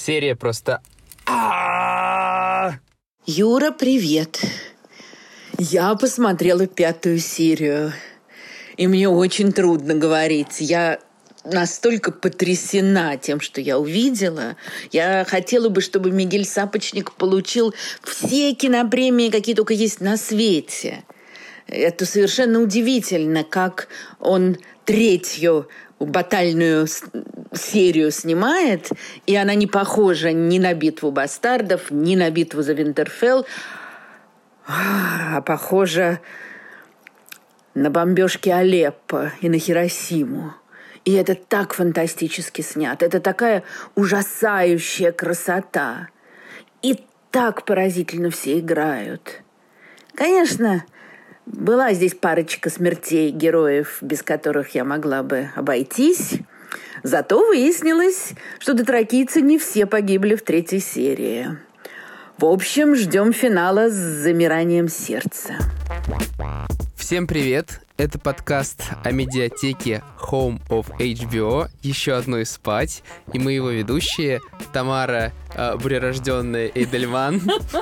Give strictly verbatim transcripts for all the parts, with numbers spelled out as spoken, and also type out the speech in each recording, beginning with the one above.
Серия просто... Юра, привет. Я посмотрела пятую серию, и мне очень трудно говорить. Я настолько потрясена тем, что я увидела. Я хотела бы, чтобы Мигель Сапочник получил все кинопремии, какие только есть на свете. Это совершенно удивительно, как он третью батальную серию снимает, и она не похожа ни на «Битву бастардов», ни на «Битву за Винтерфелл», а похожа на бомбежки Алеппо и на Хиросиму. И это так фантастически снято. Это такая ужасающая красота. И так поразительно все играют. Конечно, была здесь парочка смертей героев, без которых я могла бы обойтись. Зато выяснилось, что дотракийцы не все погибли в третьей серии. В общем, ждем финала с замиранием сердца. Всем привет! Это подкаст о медиатеке Home of эйч би о, еще одной спать. И мы его ведущие Тамара, э, бурерожденная Эйдельман.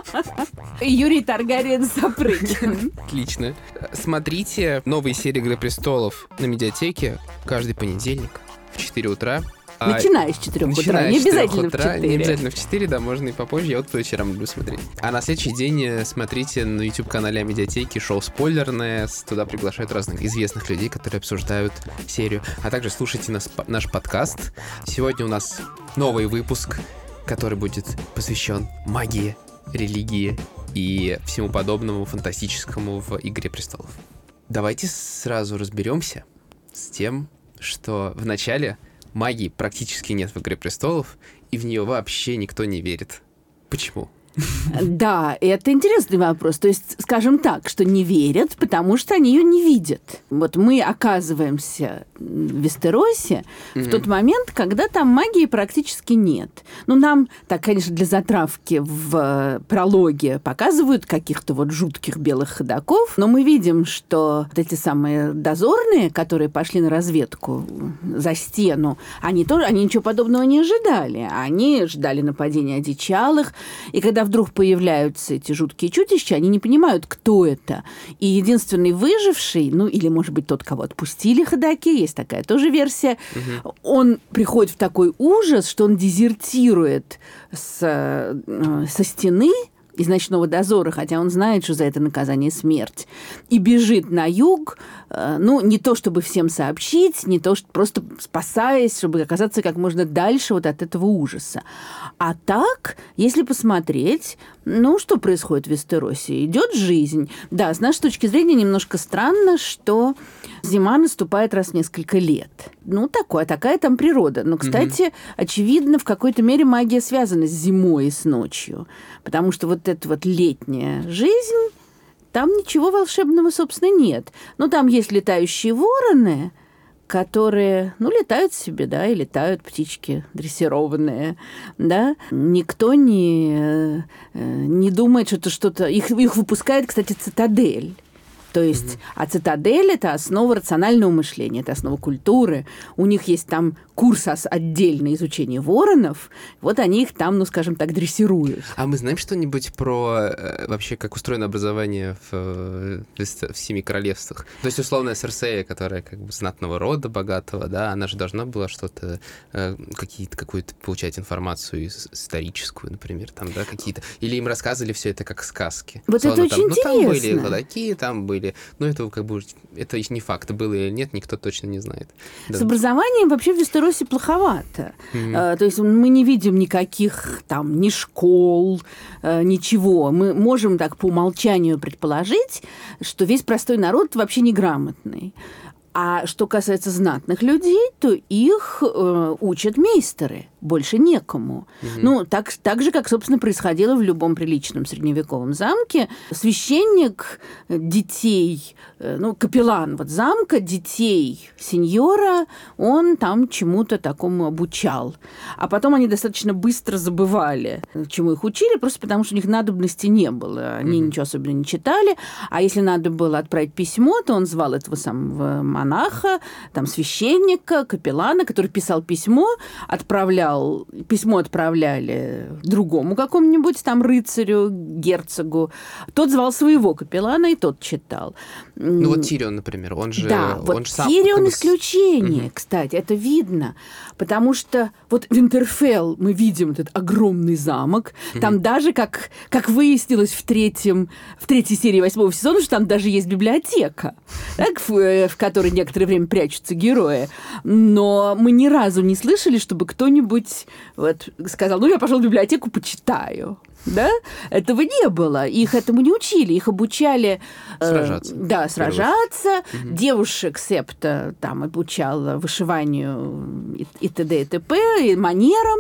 Юрий Таргариен-Сапрыкин. Отлично. Смотрите новые серии «Игры престолов» на медиатеке каждый понедельник в четыре утра. Начиная с четырёх утра, не обязательно в четыре. Не обязательно в четыре, да, можно и попозже. Я вот по вечерам люблю смотреть. А на следующий день смотрите на YouTube-канале Медиатеки шоу «Спойлерное». Туда приглашают разных известных людей, которые обсуждают серию. А также слушайте нас, наш подкаст. Сегодня у нас новый выпуск, который будет посвящен магии, религии и всему подобному фантастическому в «Игре престолов». Давайте сразу разберемся с тем, что в начале магии практически нет в «Игре престолов», и в нее вообще никто не верит. Почему? Да, это интересный вопрос. То есть, скажем так, что не верят, потому что они ее не видят. Вот мы оказываемся в Вестеросе mm-hmm. в тот момент, когда там магии практически нет. Ну, нам, так, конечно, для затравки в прологе показывают каких-то вот жутких белых ходоков, но мы видим, что вот эти самые дозорные, которые пошли на разведку за стену, они тоже, они ничего подобного не ожидали. Они ждали нападения одичалых, и когда вдруг появляются эти жуткие чудища, они не понимают, кто это. И единственный выживший, ну, или, может быть, тот, кого отпустили ходоки, есть такая тоже версия, угу. он приходит в такой ужас, что он дезертирует с, со стены из ночного дозора, хотя он знает, что за это наказание смерть, и бежит на юг, ну, не то чтобы всем сообщить, не то, что просто спасаясь, чтобы оказаться как можно дальше вот от этого ужаса. А так, если посмотреть, ну, что происходит в Вестеросе? Идет жизнь. Да, с нашей точки зрения немножко странно, что зима наступает раз в несколько лет. Ну, такое, такая там природа. Но, кстати, угу. очевидно, в какой-то мере магия связана с зимой и с ночью. Потому что вот эта вот летняя жизнь, там ничего волшебного, собственно, нет. Ну, там есть летающие вороны, которые, ну, летают себе, да, и летают птички дрессированные, да. Никто не, не думает, что это что-то... Их, их выпускает, кстати, Цитадель. То есть, mm-hmm. а Цитадель – это основа рационального мышления, это основа культуры. У них есть там курс отдельное изучение воронов. Вот они их там, ну, скажем так, дрессируют. А мы знаем что-нибудь про вообще, как устроено образование в, в Семи Королевствах? То есть, условно, Серсея, которая как бы знатного рода, богатого, да, она же должна была что-то, какие-то, какую-то получать информацию историческую, например, там, да, какие-то. Или им рассказывали все это как сказки. Вот условно, это очень там, интересно. Ну, там были ходаки, там были. Но это как бы это не факт, было или нет, никто точно не знает. Да. С образованием вообще в Вестеросе плоховато. Mm-hmm. А, то есть мы не видим никаких там ни школ, а, ничего. Мы можем так по умолчанию предположить, что весь простой народ вообще неграмотный. А что касается знатных людей, то их э, учат мейстеры. Больше некому. Mm-hmm. Ну, так, так же, как, собственно, происходило в любом приличном средневековом замке. Священник детей, э, ну, капеллан вот замка, детей сеньора, он там чему-то такому обучал. А потом они достаточно быстро забывали, чему их учили, просто потому что у них надобности не было. Они mm-hmm. ничего особенно не читали. А если надо было отправить письмо, то он звал этого самого монаха, там, священника, капеллана, который писал письмо, отправлял, письмо отправляли другому какому-нибудь там рыцарю, герцогу. Тот звал своего капеллана, и тот читал. Ну вот Тирион, например, он же... Да, он вот же сам, Тирион как бы... исключение, угу. Кстати, это видно, потому что вот Винтерфелл мы видим этот огромный замок, угу. Там даже, как, как выяснилось в, третьем, в третьей серии восьмого сезона, что там даже есть библиотека, так, в, в которой некоторое время прячутся герои, но мы ни разу не слышали, чтобы кто-нибудь вот, сказал, ну, я пошел в библиотеку, почитаю. Да? Этого не было. Их этому не учили. Их обучали... Сражаться. Э, да, сражаться. Угу. Девушек Септа там обучала вышиванию и, и т.д. и т.п., и манерам.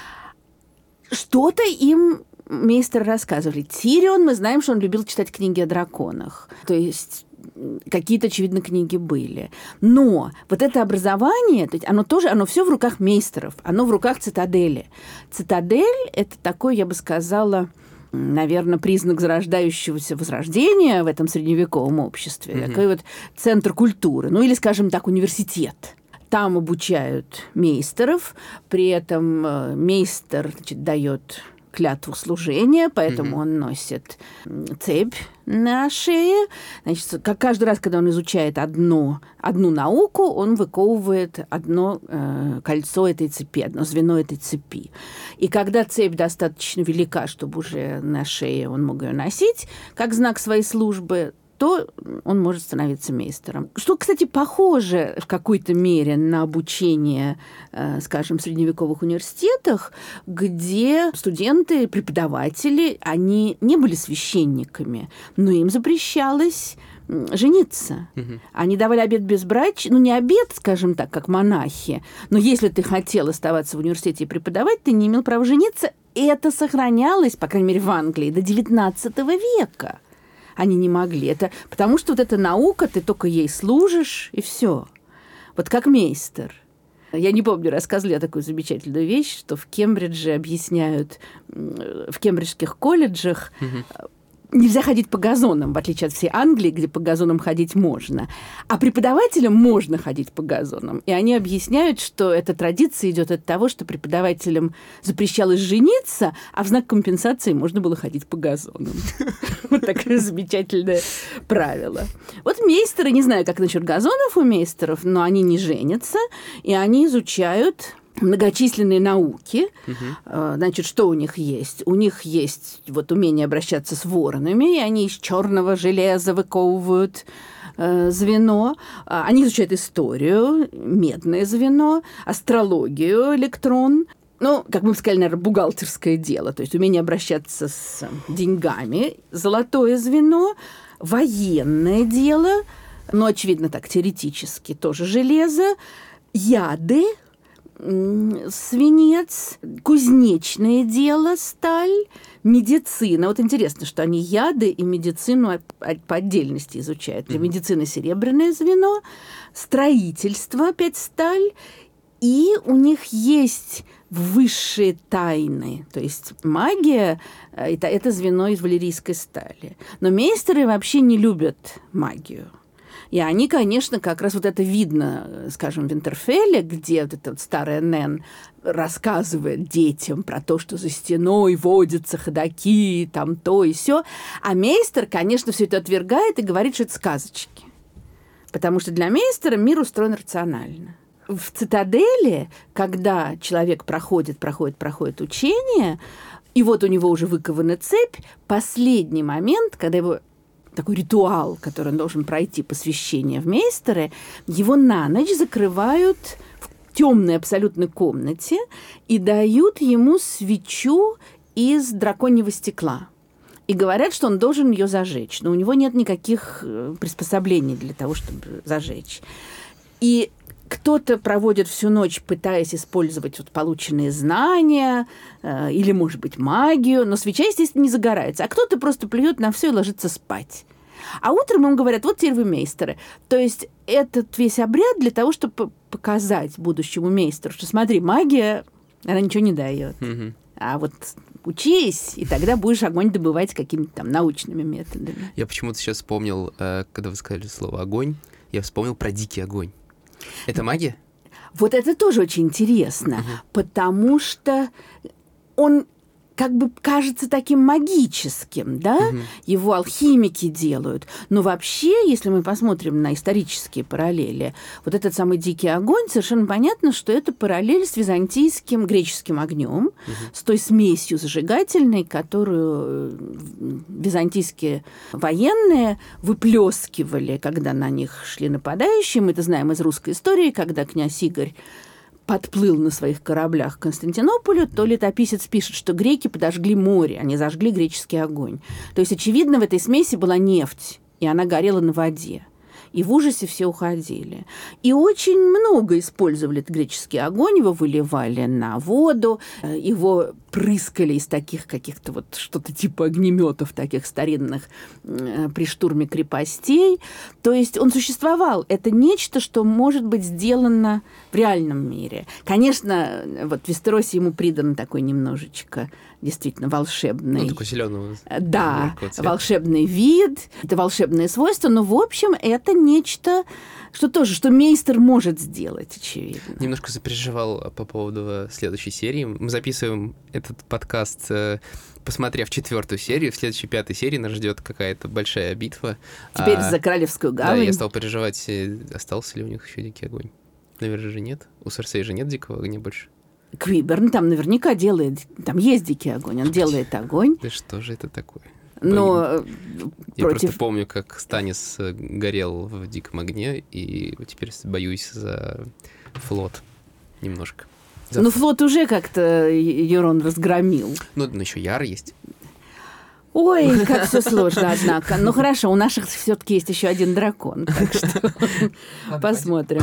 Что-то им мейстеры рассказывали. Тирион, мы знаем, что он любил читать книги о драконах. То есть... какие-то, очевидно, книги были. Но вот это образование, оно тоже, оно все в руках мейстеров, оно в руках цитадели. Цитадель – это такой, я бы сказала, наверное, признак зарождающегося возрождения в этом средневековом обществе. Mm-hmm. Такой вот центр культуры, ну или, скажем так, университет. Там обучают мейстеров, при этом мейстер, значит, дает клятву служения, поэтому mm-hmm. он носит цепь на шее. Значит, как каждый раз, когда он изучает одну, одну науку, он выковывает одно э, кольцо этой цепи, одно звено этой цепи. И когда цепь достаточно велика, чтобы уже на шее он мог ее носить, как знак своей службы, то он может становиться мейстером. Что, кстати, похоже в какой-то мере на обучение, э, скажем, в средневековых университетах, где студенты, преподаватели, они не были священниками, но им запрещалось жениться. Угу. Они давали обет безбрачия, ну, не обет, скажем так, как монахи, но если ты хотел оставаться в университете и преподавать, ты не имел права жениться. И это сохранялось, по крайней мере, в Англии до девятнадцатого века. Они не могли. Это потому что вот эта наука, ты только ей служишь, и все. Вот как мейстер. Я не помню, рассказывали я такую замечательную вещь, что в Кембридже объясняют, в кембриджских колледжах угу. нельзя ходить по газонам, в отличие от всей Англии, где по газонам ходить можно. А преподавателям можно ходить по газонам. И они объясняют, что эта традиция идет от того, что преподавателям запрещалось жениться, а в знак компенсации можно было ходить по газонам. Вот такое замечательное правило. Вот мейстеры, не знаю, как насчет газонов у мейстеров, но они не женятся, и они изучают... многочисленные науки. Uh-huh. Значит, что у них есть? У них есть вот умение обращаться с воронами, и они из черного железа выковывают э, звено. Они изучают историю, медное звено, астрологию, электрон. Ну, как мы бы сказали, наверное, бухгалтерское дело, то есть умение обращаться с деньгами, золотое звено, военное дело, ну, очевидно, так, теоретически тоже железо, яды, свинец, кузнечное дело, сталь, медицина. Вот интересно, что они яды и медицину по отдельности изучают. Для медицины серебряное звено, строительство, опять сталь, и у них есть высшие тайны. То есть магия это, – это звено из валерийской стали. Но мейстеры вообще не любят магию. И они, конечно, как раз вот это видно, скажем, в Винтерфелле, где вот эта вот старая Нэн рассказывает детям про то, что за стеной водятся ходаки, там то и сё. А мейстер, конечно, все это отвергает и говорит, что это сказочки. Потому что для мейстера мир устроен рационально. В цитадели, когда человек проходит, проходит, проходит учение, и вот у него уже выкована цепь, последний момент, когда его... такой ритуал, который он должен пройти, посвящение в мейстеры, его на ночь закрывают в темной абсолютной комнате и дают ему свечу из драконьего стекла. И говорят, что он должен ее зажечь, но у него нет никаких приспособлений для того, чтобы зажечь. И кто-то проводит всю ночь, пытаясь использовать вот полученные знания э, или, может быть, магию, но свеча, естественно, не загорается. А кто-то просто плюет на все и ложится спать. А утром им говорят, вот теперь вы мейстеры. То есть этот весь обряд для того, чтобы показать будущему мейстеру, что смотри, магия, она ничего не дает. Mm-hmm. А вот учись, и тогда будешь огонь добывать какими-то там научными методами. Я почему-то сейчас вспомнил, когда вы сказали слово «огонь», я вспомнил про дикий огонь. Это магия? Вот это тоже очень интересно, uh-huh. потому что он как бы кажется таким магическим, да? Угу. Его алхимики делают. Но вообще, если мы посмотрим на исторические параллели, вот этот самый дикий огонь, совершенно понятно, что это параллель с византийским греческим огнем, угу. с той смесью зажигательной, которую византийские военные выплескивали, когда на них шли нападающие. Мы это знаем из русской истории, когда князь Игорь подплыл на своих кораблях к Константинополю, то летописец пишет, что греки подожгли море, они зажгли греческий огонь. То есть, очевидно, в этой смеси была нефть, и она горела на воде. И в ужасе все уходили. И очень много использовали этот греческий огонь, его выливали на воду, его прыскали из таких каких-то вот что-то типа огнеметов таких старинных при штурме крепостей. То есть он существовал. Это нечто, что может быть сделано в реальном мире. Конечно, вот в Вестеросе ему придан такой немножечко действительно волшебный... Ну, такой зеленого. Да, волшебный вид, это волшебные свойства, но, в общем, это нечто, что тоже, что мейстер может сделать, очевидно. Немножко запереживал по поводу следующей серии. Мы записываем этот подкаст, посмотрев четвертую серию. В следующей пятой серии нас ждет какая-то большая битва. Теперь а, за Королевскую гавань. Да, я стал переживать, остался ли у них еще дикий огонь. Наверное же нет. У Серсеи же нет дикого огня больше. Квиберн там наверняка делает, там есть дикий огонь, он делает огонь. Да что же это такое? Но я против... просто помню, как Станис горел в диком огне, и теперь боюсь за флот немножко. За... Ну, флот уже как-то Юрон разгромил. Ну, но еще Яр есть. Ой, как все сложно, однако. Ну, хорошо, у наших все-таки есть еще один дракон, так что посмотрим.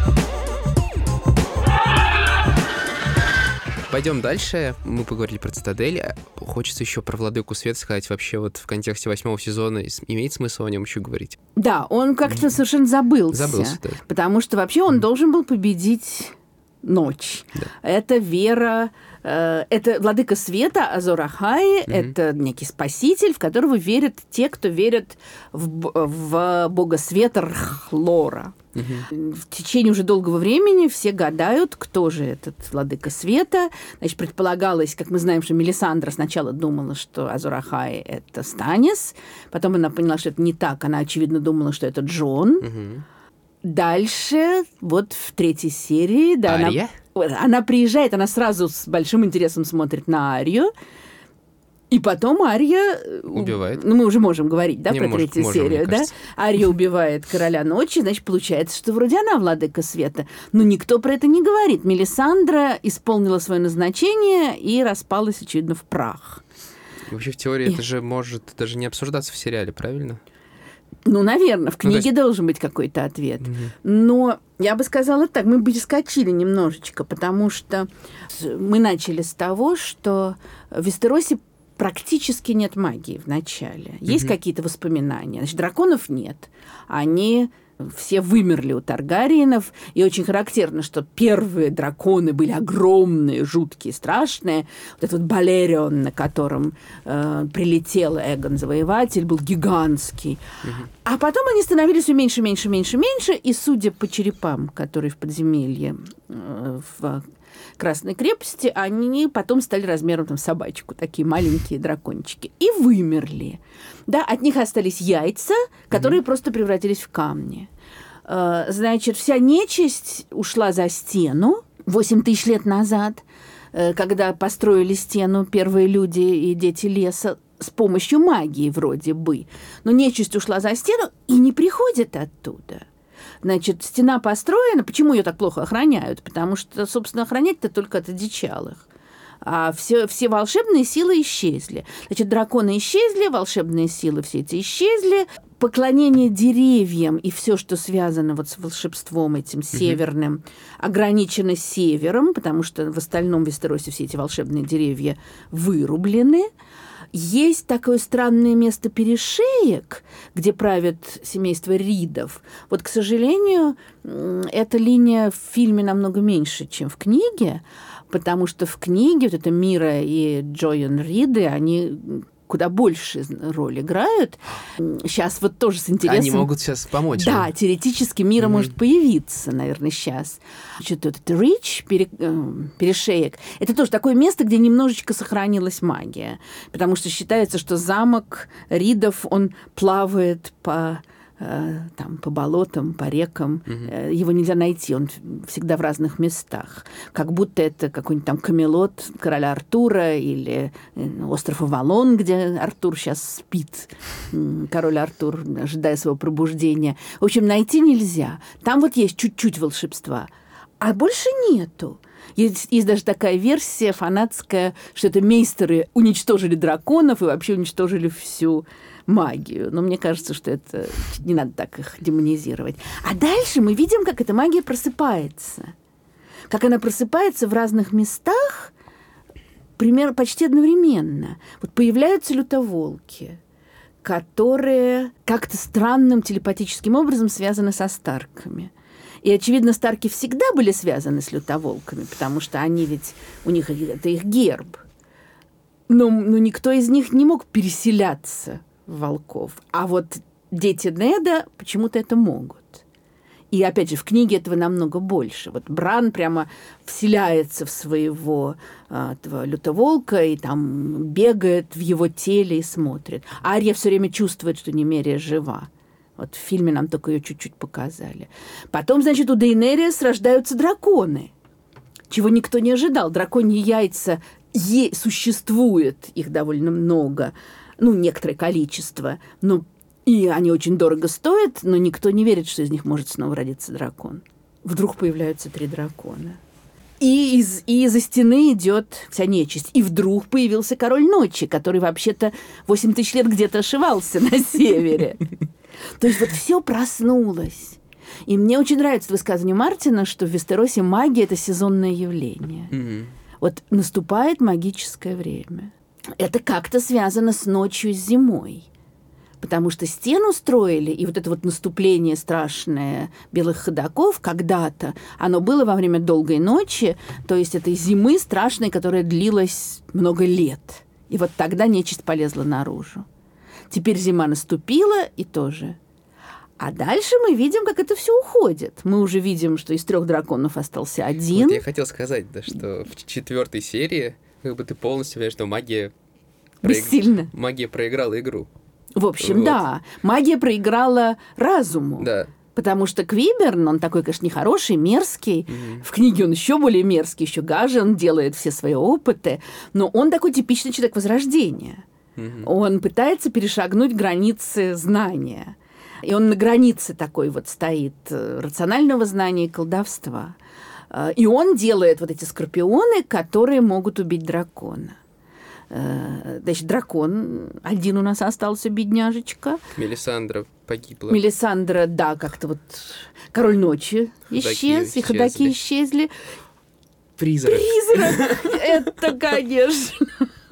Пойдем дальше. Мы поговорили про Цитадель. Хочется еще про Владыку Света сказать. Вообще вот в контексте восьмого сезона имеет смысл о нем еще говорить? Да, он как-то совершенно забылся. Забылся, да. Потому что вообще он должен был победить ночь. Да. Это вера... Э, это Владыка Света, Азор Ахай, mm-hmm. это некий спаситель, в которого верят те, кто верят в, в бога света Рхлора. Mm-hmm. В течение уже долгого времени все гадают, кто же этот Владыка Света. Значит, предполагалось, как мы знаем, что Мелисандра сначала думала, что Азор Ахай — это Станис. Потом она поняла, что это не так. Она, очевидно, думала, что это Джон. Mm-hmm. Дальше, вот в третьей серии... Да, Ария? Она, она приезжает, она сразу с большим интересом смотрит на Арию, и потом Ария... Убивает. Ну, мы уже можем говорить, да, Не, про может, третью можем, серию, да? Ария убивает короля ночи, значит, получается, что вроде она Владыка Света. Но никто про это не говорит. Мелисандра исполнила свое назначение и распалась, очевидно, в прах. И вообще, в теории, и... это же может даже не обсуждаться в сериале, правильно? Ну, наверное, в книге ну, есть... должен быть какой-то ответ. Угу. Но я бы сказала так, мы бы перескочили немножечко, потому что мы начали с того, что в Вестеросе практически нет магии в начале. Есть угу. какие-то воспоминания. Значит, драконов нет. Они... Все вымерли у Таргариенов, и очень характерно, что первые драконы были огромные, жуткие, страшные. Вот этот вот Балерион, на котором э, прилетел Эгон Завоеватель, был гигантский. Угу. А потом они становились все меньше, меньше, меньше, меньше, и, судя по черепам, которые в подземелье э, в Красной крепости, они потом стали размером там собачку, такие маленькие дракончики, и вымерли. Да, от них остались яйца, которые mm-hmm. просто превратились в камни. Значит, вся нечисть ушла за стену восемь тысяч лет назад, когда построили стену первые люди и дети леса с помощью магии вроде бы. Но нечисть ушла за стену и не приходит оттуда. Значит, стена построена. Почему ее так плохо охраняют? Потому что, собственно, охранять-то только от одичалых. А все, все волшебные силы исчезли. Значит, драконы исчезли, волшебные силы все эти исчезли. Поклонение деревьям и все, что связано вот с волшебством этим северным, mm-hmm. ограничено севером, потому что в остальном Вестеросе все эти волшебные деревья вырублены. Есть такое странное место перешеек, где правит семейство Ридов. Вот, к сожалению, эта линия в фильме намного меньше, чем в книге, потому что в книге вот это Мира и Джоан Риды, они куда больше роль играют. Сейчас вот тоже с интересом... Они могут сейчас помочь. Да, им. теоретически мира mm-hmm. может появиться, наверное, сейчас. Значит, этот Рич, пере, э, перешеек, это тоже такое место, где немножечко сохранилась магия. Потому что считается, что замок Ридов, он плавает по... там, по болотам, по рекам. Uh-huh. Его нельзя найти, он всегда в разных местах. Как будто это какой-нибудь там Камелот короля Артура или остров Авалон, где Артур сейчас спит, король Артур, ожидая своего пробуждения. В общем, найти нельзя. Там вот есть чуть-чуть волшебства, а больше нету. Есть, есть даже такая версия фанатская, что это мейстеры уничтожили драконов и вообще уничтожили всю магию. Но мне кажется, что это не надо так их демонизировать. А дальше мы видим, как эта магия просыпается. Как она просыпается в разных местах, примерно почти одновременно. Вот появляются лютоволки, которые как-то странным телепатическим образом связаны со Старками. И, очевидно, Старки всегда были связаны с лютоволками, потому что они ведь, у них это их герб. Но, но никто из них не мог переселяться в волков. А вот дети Неда почему-то это могут. И, опять же, в книге этого намного больше. Вот Бран прямо вселяется в своего этого лютоволка и там бегает в его теле и смотрит. А Арья все время чувствует, что Немерия жива. Вот в фильме нам только ее чуть-чуть показали. Потом, значит, у Дейенерис рождаются драконы, чего никто не ожидал. Драконьи яйца е- существует, их довольно много, ну, некоторое количество, но и они очень дорого стоят, но никто не верит, что из них может снова родиться дракон. Вдруг появляются три дракона. И, из, и из-за стены идет вся нечисть. И вдруг появился король ночи, который вообще-то восемь тысяч лет где-то ошивался на севере. То есть вот все проснулось. И мне очень нравится высказывание Мартина, что в Вестеросе магия – это сезонное явление. Mm-hmm. Вот наступает магическое время. Это как-то связано с ночью, с зимой. Потому что стену строили, и вот это вот наступление страшное белых ходоков когда-то, оно было во время долгой ночи, то есть этой зимы страшной, которая длилась много лет. И вот тогда нечисть полезла наружу. Теперь зима наступила, и тоже. А дальше мы видим, как это все уходит. Мы уже видим, что из трех драконов остался один. Вот я хотел сказать, да, что в четвертой серии как бы ты полностью понимаешь, что магия... Бессильна. Проиг... Магия проиграла игру. В общем, вот. Да. Магия проиграла разуму. Да. Потому что Квиберн, он такой, конечно, нехороший, мерзкий. Mm-hmm. В книге он еще более мерзкий, еще гаже, он делает все свои опыты. Но он такой типичный человек Возрождения. Mm-hmm. Он пытается перешагнуть границы знания. И он на границе такой вот стоит рационального знания и колдовства. И он делает вот эти скорпионы, которые могут убить дракона. Значит, дракон один у нас остался, бедняжечка. Мелисандра погибла. Мелисандра, да, как-то вот король ночи исчез, и ходаки исчезли. Призрак. Призрак! Это, конечно.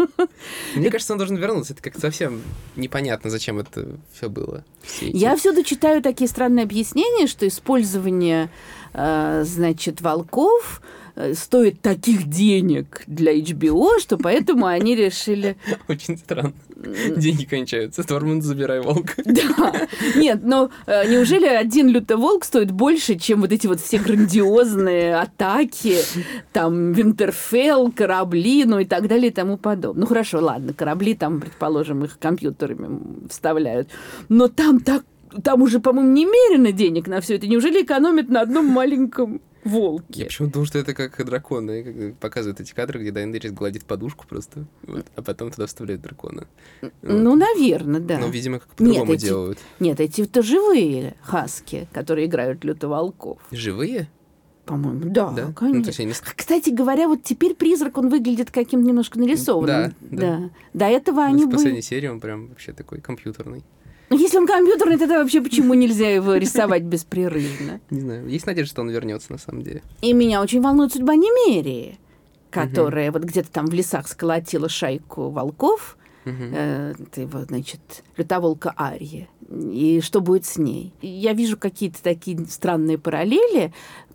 Мне кажется, он должен вернуться. Это как-то совсем непонятно, зачем это все было. Все эти... Я всюду читаю такие странные объяснения, что использование, значит, волков стоит таких денег для эйч би о, что поэтому они решили... Очень странно. Деньги кончаются. Тормунд, забирай волка. Да. Нет, но неужели один лютоволк стоит больше, чем вот эти вот все грандиозные атаки, там, Винтерфелл, корабли, ну и так далее и тому подобное. Ну хорошо, ладно, корабли там, предположим, их компьютерами вставляют. Но там так, там уже, по-моему, немерено денег на все это. Неужели экономят на одном маленьком волки? Я почему-то думал, что это как драконы. Как показывают эти кадры, где Дейенерис гладит подушку просто, вот, а потом туда вставляют дракона. Вот. Ну, наверное, да. Ну, видимо, как по-другому нет, эти, делают. Нет, эти-то живые хаски, которые играют лютоволков. Живые? По-моему, да, да? конечно. Ну, то есть они... Кстати говоря, вот теперь призрак, он выглядит каким-то немножко нарисованным. Да, да. да. До этого ну, они в были... последней серии он прям вообще такой компьютерный. Если он компьютерный, тогда вообще почему нельзя его рисовать беспрерывно? Не знаю. Есть надежда, что он вернется на саман деле. И меня очень волнует судьба Немерии, которая угу. вот где-то там в лесах сколотила шайку волков, угу. э, его, значит, лютоволка Арьи. И что будет с ней? Я вижу какие-то такие странные параллели,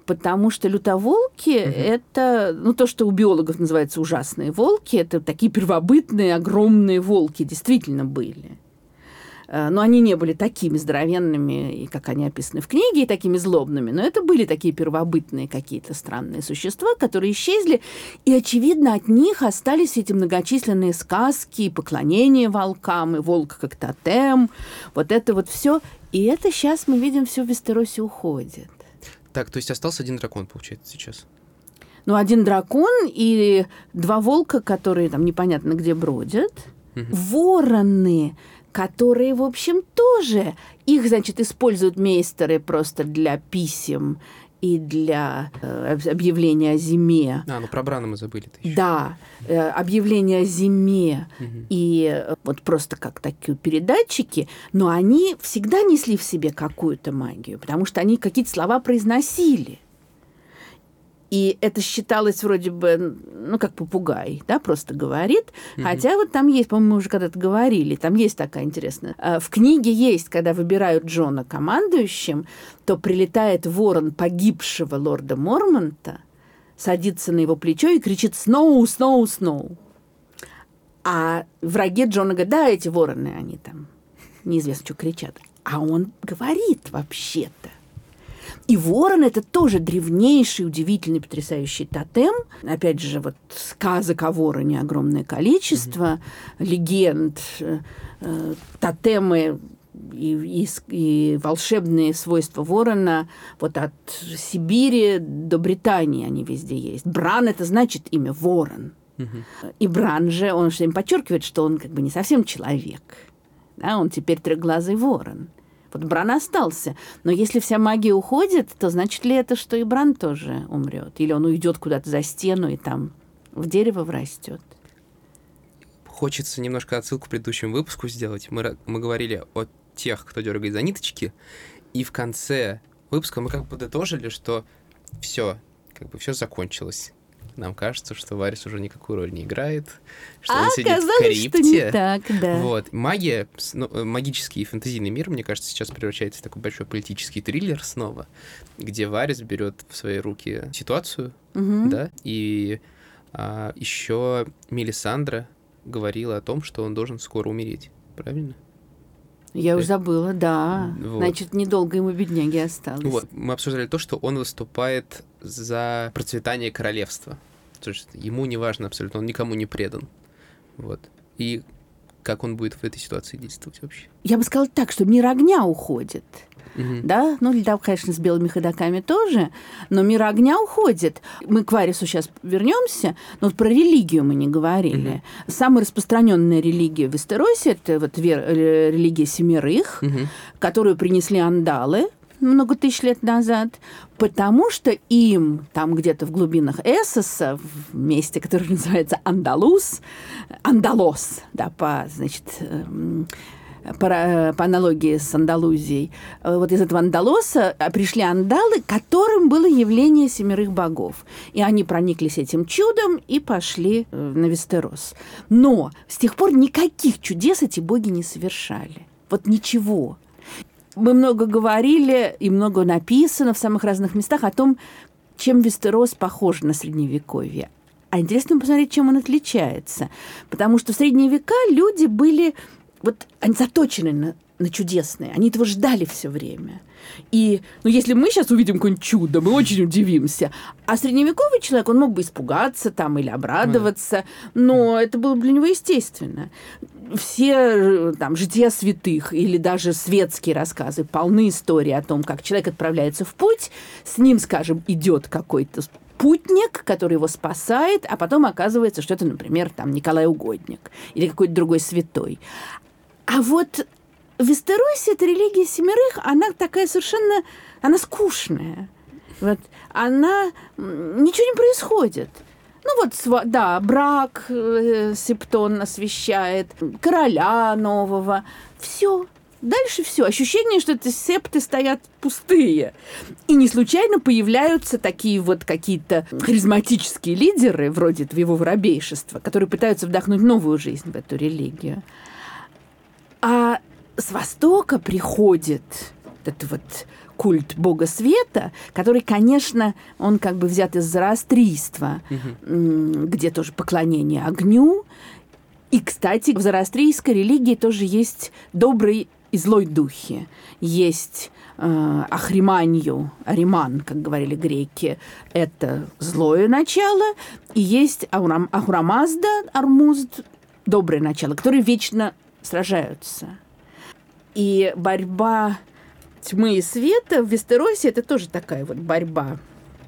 Потому что лютоволки mm-hmm. это, ну, то, что у биологов называется ужасные волки, это такие первобытные, огромные волки, действительно были. Но они не были такими здоровенными, как они описаны в книге, и такими злобными. Но это были такие первобытные какие-то странные существа, которые исчезли. И, очевидно, от них остались эти многочисленные сказки, и поклонения волкам, и волк как тотем. Вот это вот все. И это сейчас мы видим, все в Вестеросе уходит. Так, то есть остался один дракон, получается, сейчас? Ну, один дракон и два волка, которые там непонятно где бродят. Угу. Вороны, которые, в общем, тоже... Их, значит, используют мейстеры просто для писем и для э, объявления о зиме. А, ну про Брана мы забыли-то еще. Да, э, объявления о зиме угу. и э, вот просто как такие передатчики, но они всегда несли в себе какую-то магию, потому что они какие-то слова произносили. И это считалось вроде бы, ну, как попугай, да, просто говорит. Mm-hmm. Хотя вот там есть, по-моему, мы уже когда-то говорили, там есть такая интересная... В книге есть, когда выбирают Джона командующим, то прилетает ворон погибшего лорда Мормонта, садится на его плечо и кричит «Сноу, Сноу, Сноу». А враги Джона говорят, да, эти вороны, они там неизвестно, что кричат. А он говорит вообще-то. И ворон – это тоже древнейший, удивительный, потрясающий тотем. Опять же, вот сказок о вороне огромное количество, mm-hmm. легенд, э, тотемы и, и, и волшебные свойства ворона. Вот от Сибири до Британии они везде есть. Бран – это значит имя ворон. Mm-hmm. И Бран же, он же им подчеркивает, что он как бы не совсем человек. Да, он теперь трехглазый ворон. Вот Бран остался. Но если вся магия уходит, то значит ли это, что и Бран тоже умрет? Или он уйдет куда-то за стену и там в дерево врастет? Хочется немножко отсылку к предыдущему выпуску сделать. Мы, мы говорили о тех, кто дергает за ниточки, и в конце выпуска мы как бы подытожили, что все, как бы все закончилось. Нам кажется, что Варис уже никакую роль не играет, что а он сидит в крипте. Что не так, да. Вот. Магия, ну, магический и фэнтезийный мир, мне кажется, сейчас превращается в такой большой политический триллер снова, где Варис берет в свои руки ситуацию, угу. да, и а, еще Мелисандра говорила о том, что он должен скоро умереть, правильно? Я уже забыла, да. Вот. Значит, недолго ему, бедняги, осталось. Вот. Мы обсуждали то, что он выступает за процветание королевства. То есть ему не важно абсолютно, он никому не предан. Вот. И как он будет в этой ситуации действовать вообще? Я бы сказала так, что мир огня уходит. Угу. Да, ну, да, конечно, с белыми ходоками тоже, но мир огня уходит. Мы к Варису сейчас вернемся, но вот про религию мы не говорили. Угу. Самая распространенная религия в Вестеросе – это вот вер... религия семерых, угу. которую принесли андалы много тысяч лет назад, потому что им там где-то в глубинах Эссоса, в месте, которое называется Андалус, Андалос, да, по, значит, по, по аналогии с Андалузией, вот из этого Андалоса пришли андалы, которым было явление семерых богов. И они прониклись этим чудом и пошли на Вестерос. Но с тех пор никаких чудес эти боги не совершали. Вот ничего. Мы много говорили и много написано в самых разных местах о том, чем Вестерос похож на Средневековье. А интересно посмотреть, чем он отличается. Потому что в Средние века люди были... Вот они заточены на, на чудесные. Они этого ждали все время. И, ну, если мы сейчас увидим какое-нибудь чудо, мы очень удивимся. А средневековый человек, он мог бы испугаться там или обрадоваться, но это было для него естественно. Все там жития святых или даже светские рассказы полны истории о том, как человек отправляется в путь, с ним, скажем, идет какой-то путник, который его спасает, а потом оказывается, что это, например, там Николай Угодник или какой-то другой святой. А вот в Вестеросе эта религия семерых, она такая совершенно, она скучная. Вот, она, ничего не происходит. Ну вот, да, брак э, Септон освещает, короля нового, все. Дальше все. Ощущение, что эти септы стоят пустые. И не случайно появляются такие вот какие-то харизматические лидеры, вроде твоего воробейшества, которые пытаются вдохнуть новую жизнь в эту религию. А с Востока приходит это вот культ бога света, который, конечно, он как бы взят из зороастрийства, угу. где тоже поклонение огню. И, кстати, в зороастрийской религии тоже есть добрый и злой духи. Есть э, Ахриманью, Ариман, как говорили греки, это злое начало, и есть Ахурам, Ахурамазда, Армузд, доброе начало, которые вечно сражаются. И борьба тьмы и света в Вестеросе – это тоже такая вот борьба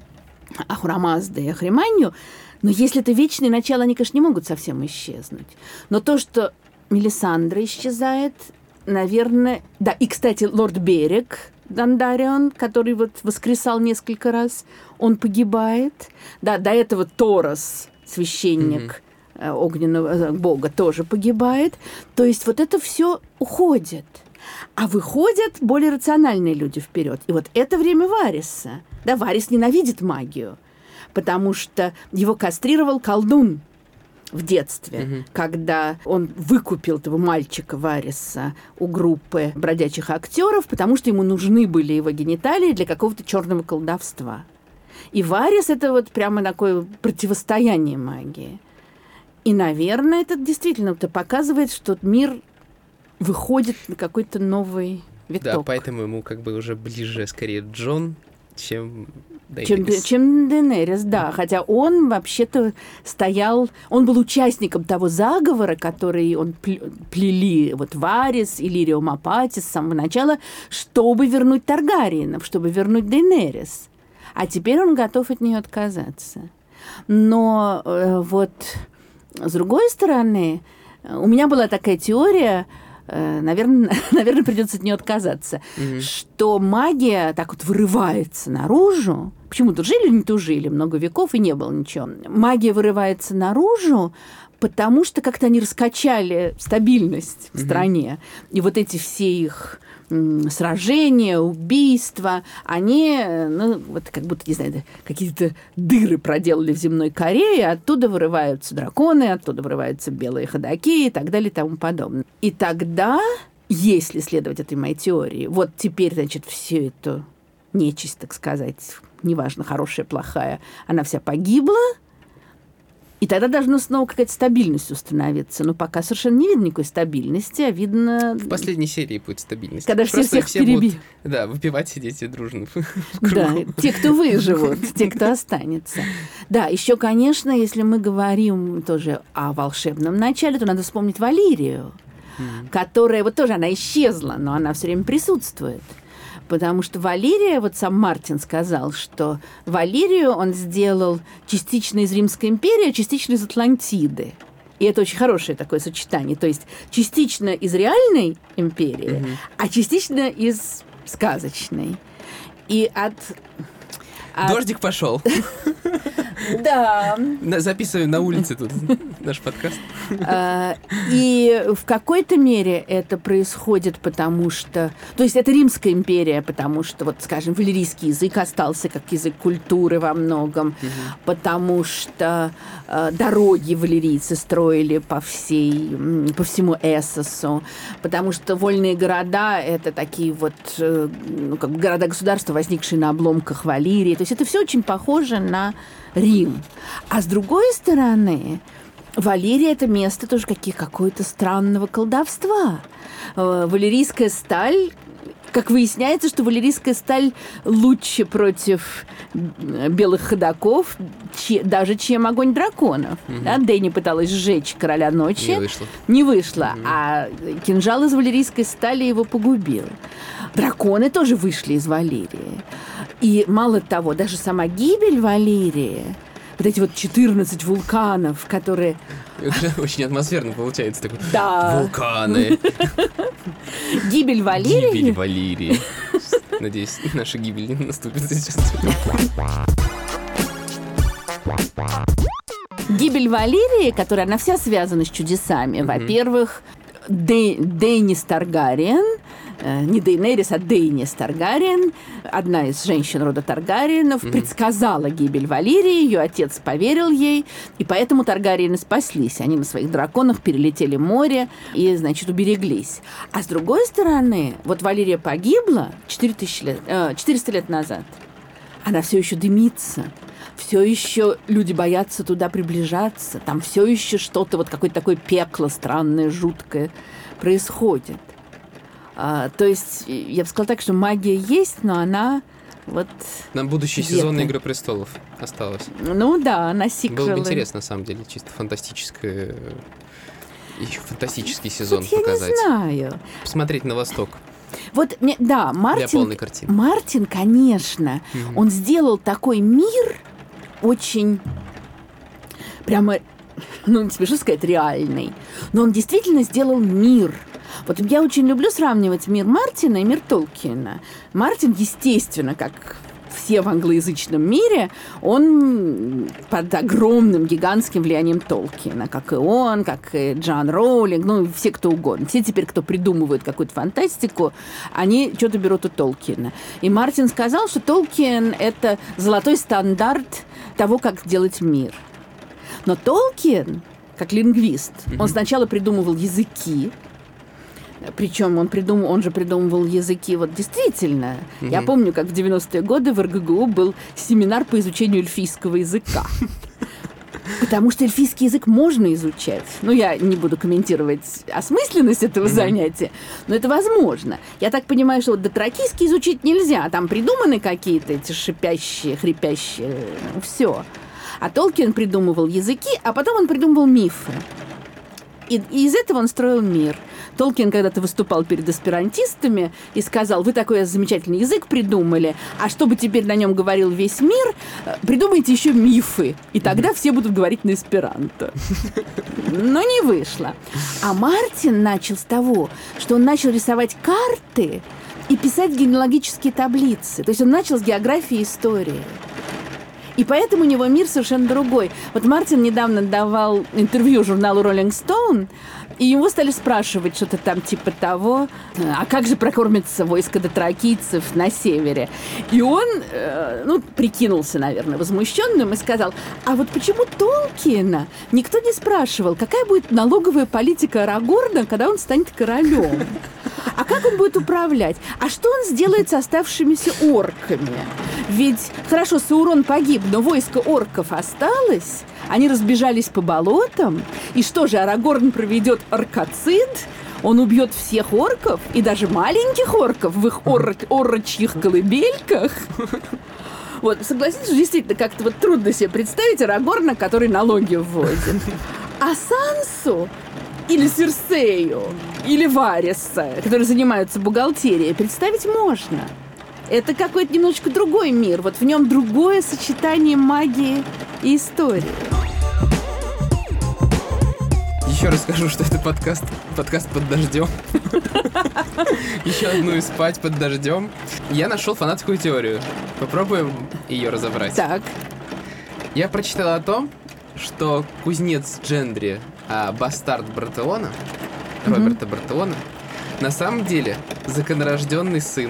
Ахурамазды и Ахриманью. Но если это вечные начала, они, конечно, не могут совсем исчезнуть. Но то, что Мелисандра исчезает, наверное... Да, и, кстати, лорд Берег Дандарион, который вот воскресал несколько раз, он погибает. Да, до этого Торос, священник mm-hmm. огненного бога, тоже погибает. То есть вот это все уходит. А выходят более рациональные люди вперед. И вот это время Вариса. Да, Варис ненавидит магию, потому что его кастрировал колдун в детстве, угу. когда он выкупил этого мальчика Вариса у группы бродячих актеров, потому что ему нужны были его гениталии для какого-то черного колдовства. И Варис — это вот прямо такое противостояние магии. И, наверное, это действительно показывает, что мир выходит на какой-то новый виток. Да, поэтому ему как бы уже ближе скорее Джон, чем Чем, Дейенерис. чем Дейенерис, да. Хотя он вообще-то стоял... Он был участником того заговора, который он плели вот Варис и Лирио Мапатис с самого начала, чтобы вернуть Таргариенов, чтобы вернуть Дейенерис. А теперь он готов от нее отказаться. Но э, вот с другой стороны, у меня была такая теория... Наверное, наверное, придется от нее отказаться, mm-hmm. что магия так вот вырывается наружу. Почему тужили, не тужили, много веков и не было ничего. Магия вырывается наружу, потому что как-то они раскачали стабильность в mm-hmm. стране. И вот эти все их м, сражения, убийства, они, ну, вот как будто, не знаю, какие-то дыры проделали в земной коре, и оттуда вырываются драконы, оттуда вырываются белые ходаки и так далее и тому подобное. И тогда, если следовать этой моей теории, вот теперь, значит, все это нечисть, так сказать, неважно, хорошая, плохая, она вся погибла, и тогда должна снова какая-то стабильность установиться. Но пока совершенно не видно никакой стабильности, а видно... В последней серии будет стабильность. Когда все всех все перебьют. Да, выпивать, сидеть и дружно. Да, те, кто выживут, те, кто останется. Да, еще, конечно, если мы говорим тоже о волшебном начале, то надо вспомнить Валирию, mm-hmm. которая, вот тоже она исчезла, но она все время присутствует. Потому что Валирия, вот сам Мартин сказал, что Валирию он сделал частично из Римской империи, а частично из Атлантиды. И это очень хорошее такое сочетание. То есть частично из реальной империи, mm-hmm. а частично из сказочной. И от... от... Дождик пошел. Да. Записываем на улице тут наш подкаст. И в какой-то мере это происходит, потому что... То есть это Римская империя, потому что, вот, скажем, валерийский язык остался как язык культуры во многом, угу. потому что э, дороги валерийцы строили по всей, по всему Эссосу, потому что вольные города — это такие вот э, ну, как бы города-государства, возникшие на обломках Валирии. То есть это все очень похоже на Рим. А с другой стороны, Валирия — это место тоже каких, какого-то странного колдовства. Валерийская сталь, как выясняется, что валерийская сталь лучше против белых ходоков, че, даже чем огонь драконов. Угу. Да? Дэнни пыталась сжечь короля ночи. Не вышло. Не вышло, угу. а кинжал из валерийской стали его погубил. Драконы тоже вышли из Валирии. И мало того, даже сама гибель Валирии, вот эти вот четырнадцать вулканов, которые... Это очень атмосферно получается. Такой, да. Вулканы. Гибель Валирии. Гибель Валирии. Надеюсь, наша гибель не наступит сейчас. Гибель Валирии, которая, она вся связана с чудесами. Mm-hmm. Во-первых, Дэ- Дейенерис Таргариен, э, не Дейенерис, а Дейнис Таргариен, одна из женщин рода Таргариенов, mm-hmm. предсказала гибель Валерии, ее отец поверил ей, и поэтому Таргариены спаслись. Они на своих драконах перелетели море и, значит, убереглись. А с другой стороны, вот Валерия погибла четыре тысячи лет, э, четыреста лет назад. Она все еще дымится. Все еще люди боятся туда приближаться. Там все еще что-то, вот какое-то такое пекло странное, жуткое происходит. А, то есть, я бы сказала так, что магия есть, но она вот... Нам будущий где-то. сезон «Игры престолов» осталось. Ну да, она сиквелы. Было бы интересно, на самом деле, чисто фантастическое... Еще фантастический сезон вот показать. Я не знаю. Посмотреть на восток. Вот, да, Мартин... Для полной картины. Мартин, конечно, mm-hmm. он сделал такой мир очень... Прямо, ну, не смешно сказать, реальный. Но он действительно сделал мир. Вот я очень люблю сравнивать мир Мартина и мир Толкиена. Мартин, естественно, как все в англоязычном мире, он под огромным, гигантским влиянием Толкиена, как и он, как и Джоан Роулинг, ну, все кто угодно. Все теперь, кто придумывают какую-то фантастику, они что-то берут у Толкиена. И Мартин сказал, что Толкиен – это золотой стандарт того, как делать мир. Но Толкиен, как лингвист, mm-hmm. он сначала придумывал языки, причем он, придумал, он же придумывал языки, вот действительно. Mm-hmm. Я помню, как в девяностые годы в эр гэ гэ у был семинар по изучению эльфийского языка. Потому что эльфийский язык можно изучать. Ну, я не буду комментировать осмысленность этого mm-hmm. занятия, но это возможно. Я так понимаю, что вот дотракийский изучить нельзя. Там придуманы какие-то эти шипящие, хрипящие, ну, все. А Толкиен придумывал языки, а потом он придумывал мифы. И, и из этого он строил мир. Толкиен когда-то выступал перед аспирантистами и сказал: вы такой замечательный язык придумали, а чтобы теперь на нем говорил весь мир, придумайте еще мифы, и тогда все будут говорить на эсперанто. Но не вышло. А Мартин начал с того, что он начал рисовать карты и писать генеалогические таблицы. То есть он начал с географии и истории. И поэтому у него мир совершенно другой. Вот Мартин недавно давал интервью журналу Rolling Stone, и его стали спрашивать что-то там типа того, а как же прокормится войско дотракийцев на севере? И он, э, ну, прикинулся, наверное, возмущенным и сказал: а вот почему Толкиена никто не спрашивал, какая будет налоговая политика Арагорна, когда он станет королем? А как он будет управлять? А что он сделает с оставшимися орками? Ведь, хорошо, Саурон погиб, но войско орков осталось, они разбежались по болотам, и что же, Арагорн проведет оркоцид? Он убьет всех орков, и даже маленьких орков в их ор- орочьих колыбельках? Вот, согласитесь, действительно, как-то вот трудно себе представить Арагорна, который налоги вводит. А Сансу или Серсею, или Вариса, которые занимаются бухгалтерией, представить можно. Это какой-то немножечко другой мир. Вот в нем другое сочетание магии и истории. Еще расскажу, что это подкаст, подкаст под дождем. Еще одну и спать под дождем. Я нашел фанатскую теорию. Попробуем ее разобрать. Так. Я прочитал о том, что кузнец Джендри, а бастард Бартеона, mm-hmm. Роберта Бартеона, на самом деле законорожденный сын.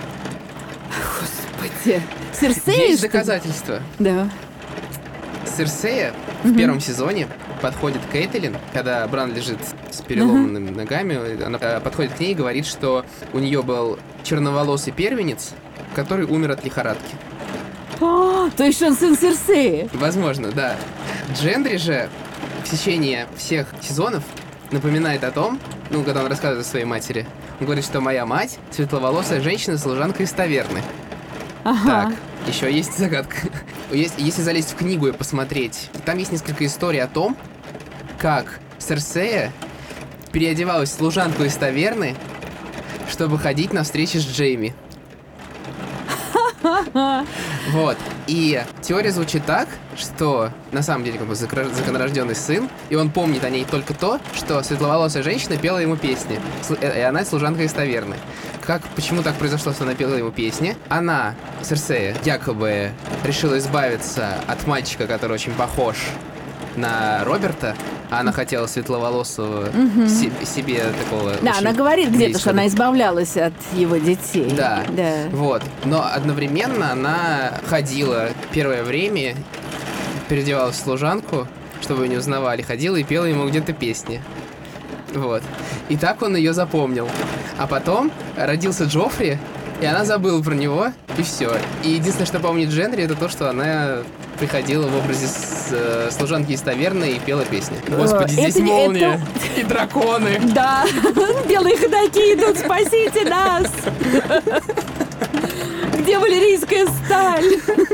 Господи. Серсея, есть что доказательства. Да. Серсея mm-hmm. в первом сезоне подходит к Кейтлин, когда Бран лежит с переломанными uh-huh. ногами, она подходит к ней и говорит, что у нее был черноволосый первенец, который умер от лихорадки. О, то есть он сын Серсеи? Возможно, да. Джендри же в течение всех сезонов напоминает о том, ну, когда он рассказывает о своей матери, он говорит, что моя мать светловолосая женщина, служанка из таверны. Ага. Так, еще есть загадка. Если, если залезть в книгу и посмотреть, там есть несколько историй о том, как Серсея переодевалась в служанку из таверны, чтобы ходить на встречи с Джейми. Вот. И теория звучит так, что на самом деле как бы законорожденный сын, и он помнит о ней только то, что светловолосая женщина пела ему песни, и она служанка из таверны. Как, почему так произошло, что она пела ему песни? Она, Серсея, якобы решила избавиться от мальчика, который очень похож на Роберта, а она хотела светловолосого угу. себе, себе такого. Да, она говорит где-то, что она избавлялась от его детей. Да, да. Вот. Но одновременно она ходила первое время, переодевалась в служанку, чтобы ее не узнавали, ходила и пела ему где-то песни. Вот. И так он ее запомнил. А потом родился Джоффри, и она забыла про него, и все. И единственное, что помнит Дженри, это то, что она приходила в образе с, э, служанки из таверны и пела песни. Господи, здесь это, молния это... и драконы. Да, белые ходаки идут, спасите нас! Где валерийская сталь?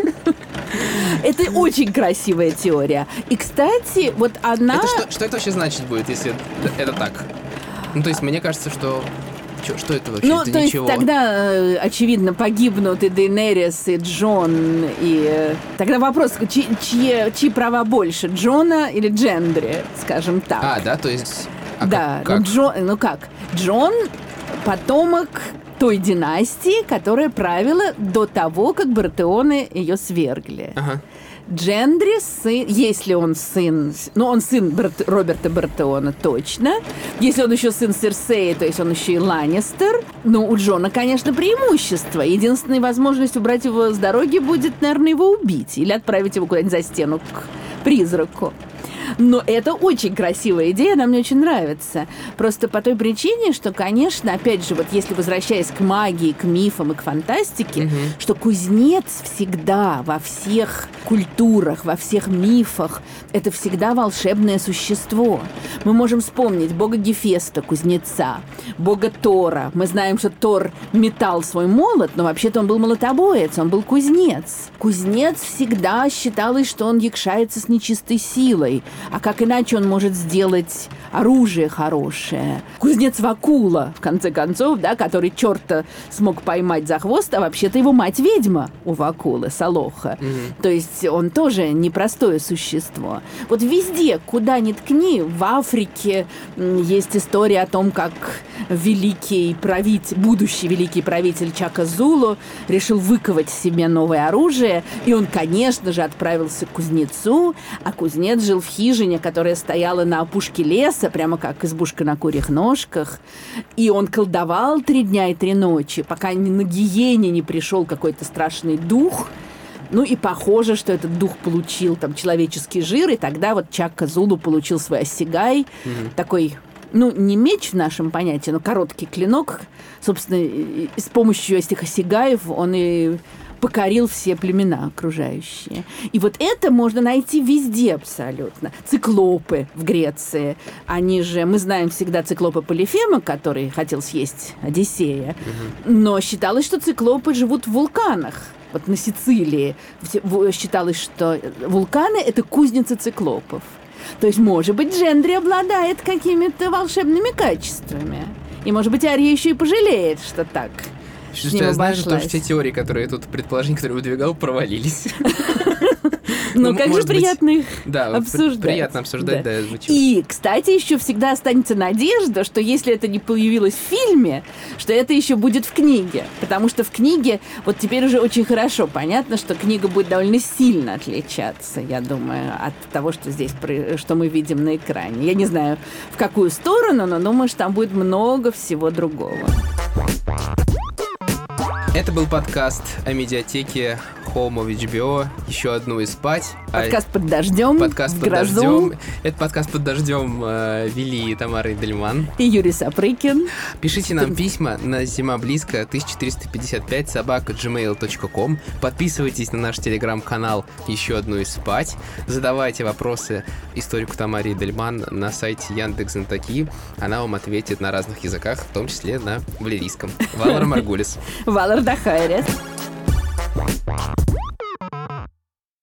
Это очень красивая теория. И, кстати, вот она... Это что, что это вообще значит будет, если это, это так? Ну, то есть, мне кажется, что... Что, что это вообще? Ну, это то ничего. есть тогда, очевидно, погибнут и Дейенерис, и Джон, и... Тогда вопрос, чьи, чьи, чьи права больше, Джона или Джендри, скажем так. А, да, то есть... А да, как, как? Ну, Джон, ну как? Джон — потомок той династии, которая правила до того, как Бартеоны ее свергли. Ага. Джендри, сын, если он сын, ну, он сын Барт, Роберта Бартеона, точно. Если он еще сын Серсеи, то есть он еще и Ланнистер. Ну, у Джона, конечно, преимущество. Единственной возможностью убрать его с дороги будет, наверное, его убить или отправить его куда-нибудь за стену к призраку. Но это очень красивая идея, она мне очень нравится. Просто по той причине, что, конечно, опять же, вот если возвращаясь к магии, к мифам и к фантастике, угу. что кузнец всегда во всех культурах, во всех мифах, это всегда волшебное существо. Мы можем вспомнить бога Гефеста, кузнеца, бога Тора. Мы знаем, что Тор метал свой молот, но вообще-то он был молотобоец, он был кузнец. Кузнец всегда считалось, что он якшается с нечистой силой. А как иначе он может сделать оружие хорошее? Кузнец Вакула, в конце концов, да, который черта смог поймать за хвост, а вообще-то его мать ведьма у Вакулы, Солоха. Mm-hmm. То есть он тоже непростое существо. Вот везде, куда ни ткни, в Африке есть история о том, как великий правитель, будущий великий правитель Чака Зулу решил выковать себе новое оружие, и он, конечно же, отправился к кузнецу, а кузнец жил в хижине, которая стояла на опушке леса, прямо как избушка на курьих ножках, и он колдовал три дня и три ночи, пока на гиене не пришел какой-то страшный дух. Ну и похоже, что этот дух получил там человеческий жир, и тогда вот Чакка Зулу получил свой ассигай, mm-hmm. такой, ну, не меч в нашем понятии, но короткий клинок. Собственно, и с помощью этих ассигаев он и покорил все племена окружающие. И вот это можно найти везде абсолютно. Циклопы в Греции. Они же, мы знаем всегда циклопа Полифема, который хотел съесть Одиссея, угу. но считалось, что циклопы живут в вулканах. Вот на Сицилии считалось, что вулканы — это кузницы циклопов. То есть, может быть, Джендри обладает какими-то волшебными качествами. И, может быть, Ария еще и пожалеет, что так. Что я знаю, что все теории, которые тут, предположения, которые выдвигал, провалились. Ну, как же приятно их да, обсуждать. Приятно обсуждать, да. да И, кстати, еще всегда останется надежда, что если это не появилось в фильме, что это еще будет в книге. Потому что в книге вот теперь уже очень хорошо понятно, что книга будет довольно сильно отличаться, я думаю, от того, что здесь, что мы видим на экране. Я не знаю, в какую сторону, но думаю, что там будет много всего другого. Это был подкаст о медиатеке Home of эйч би о. Еще одну и спать. Подкаст под дождем. Подкаст под грозу. дождем. Это подкаст под дождем э, вели Тамара Идельман и Юрий Сапрыкин. Пишите нам письма на зима близко тысяча четыреста пятьдесят пять собака джимейл точка ком. Подписывайтесь на наш телеграм-канал Еще одну и спать. Задавайте вопросы историку Тамаре Идельман на сайте Яндекс.Знатоки. Она вам ответит на разных языках, в том числе на валерийском. Валар Маргулис. Валар Дахайрес.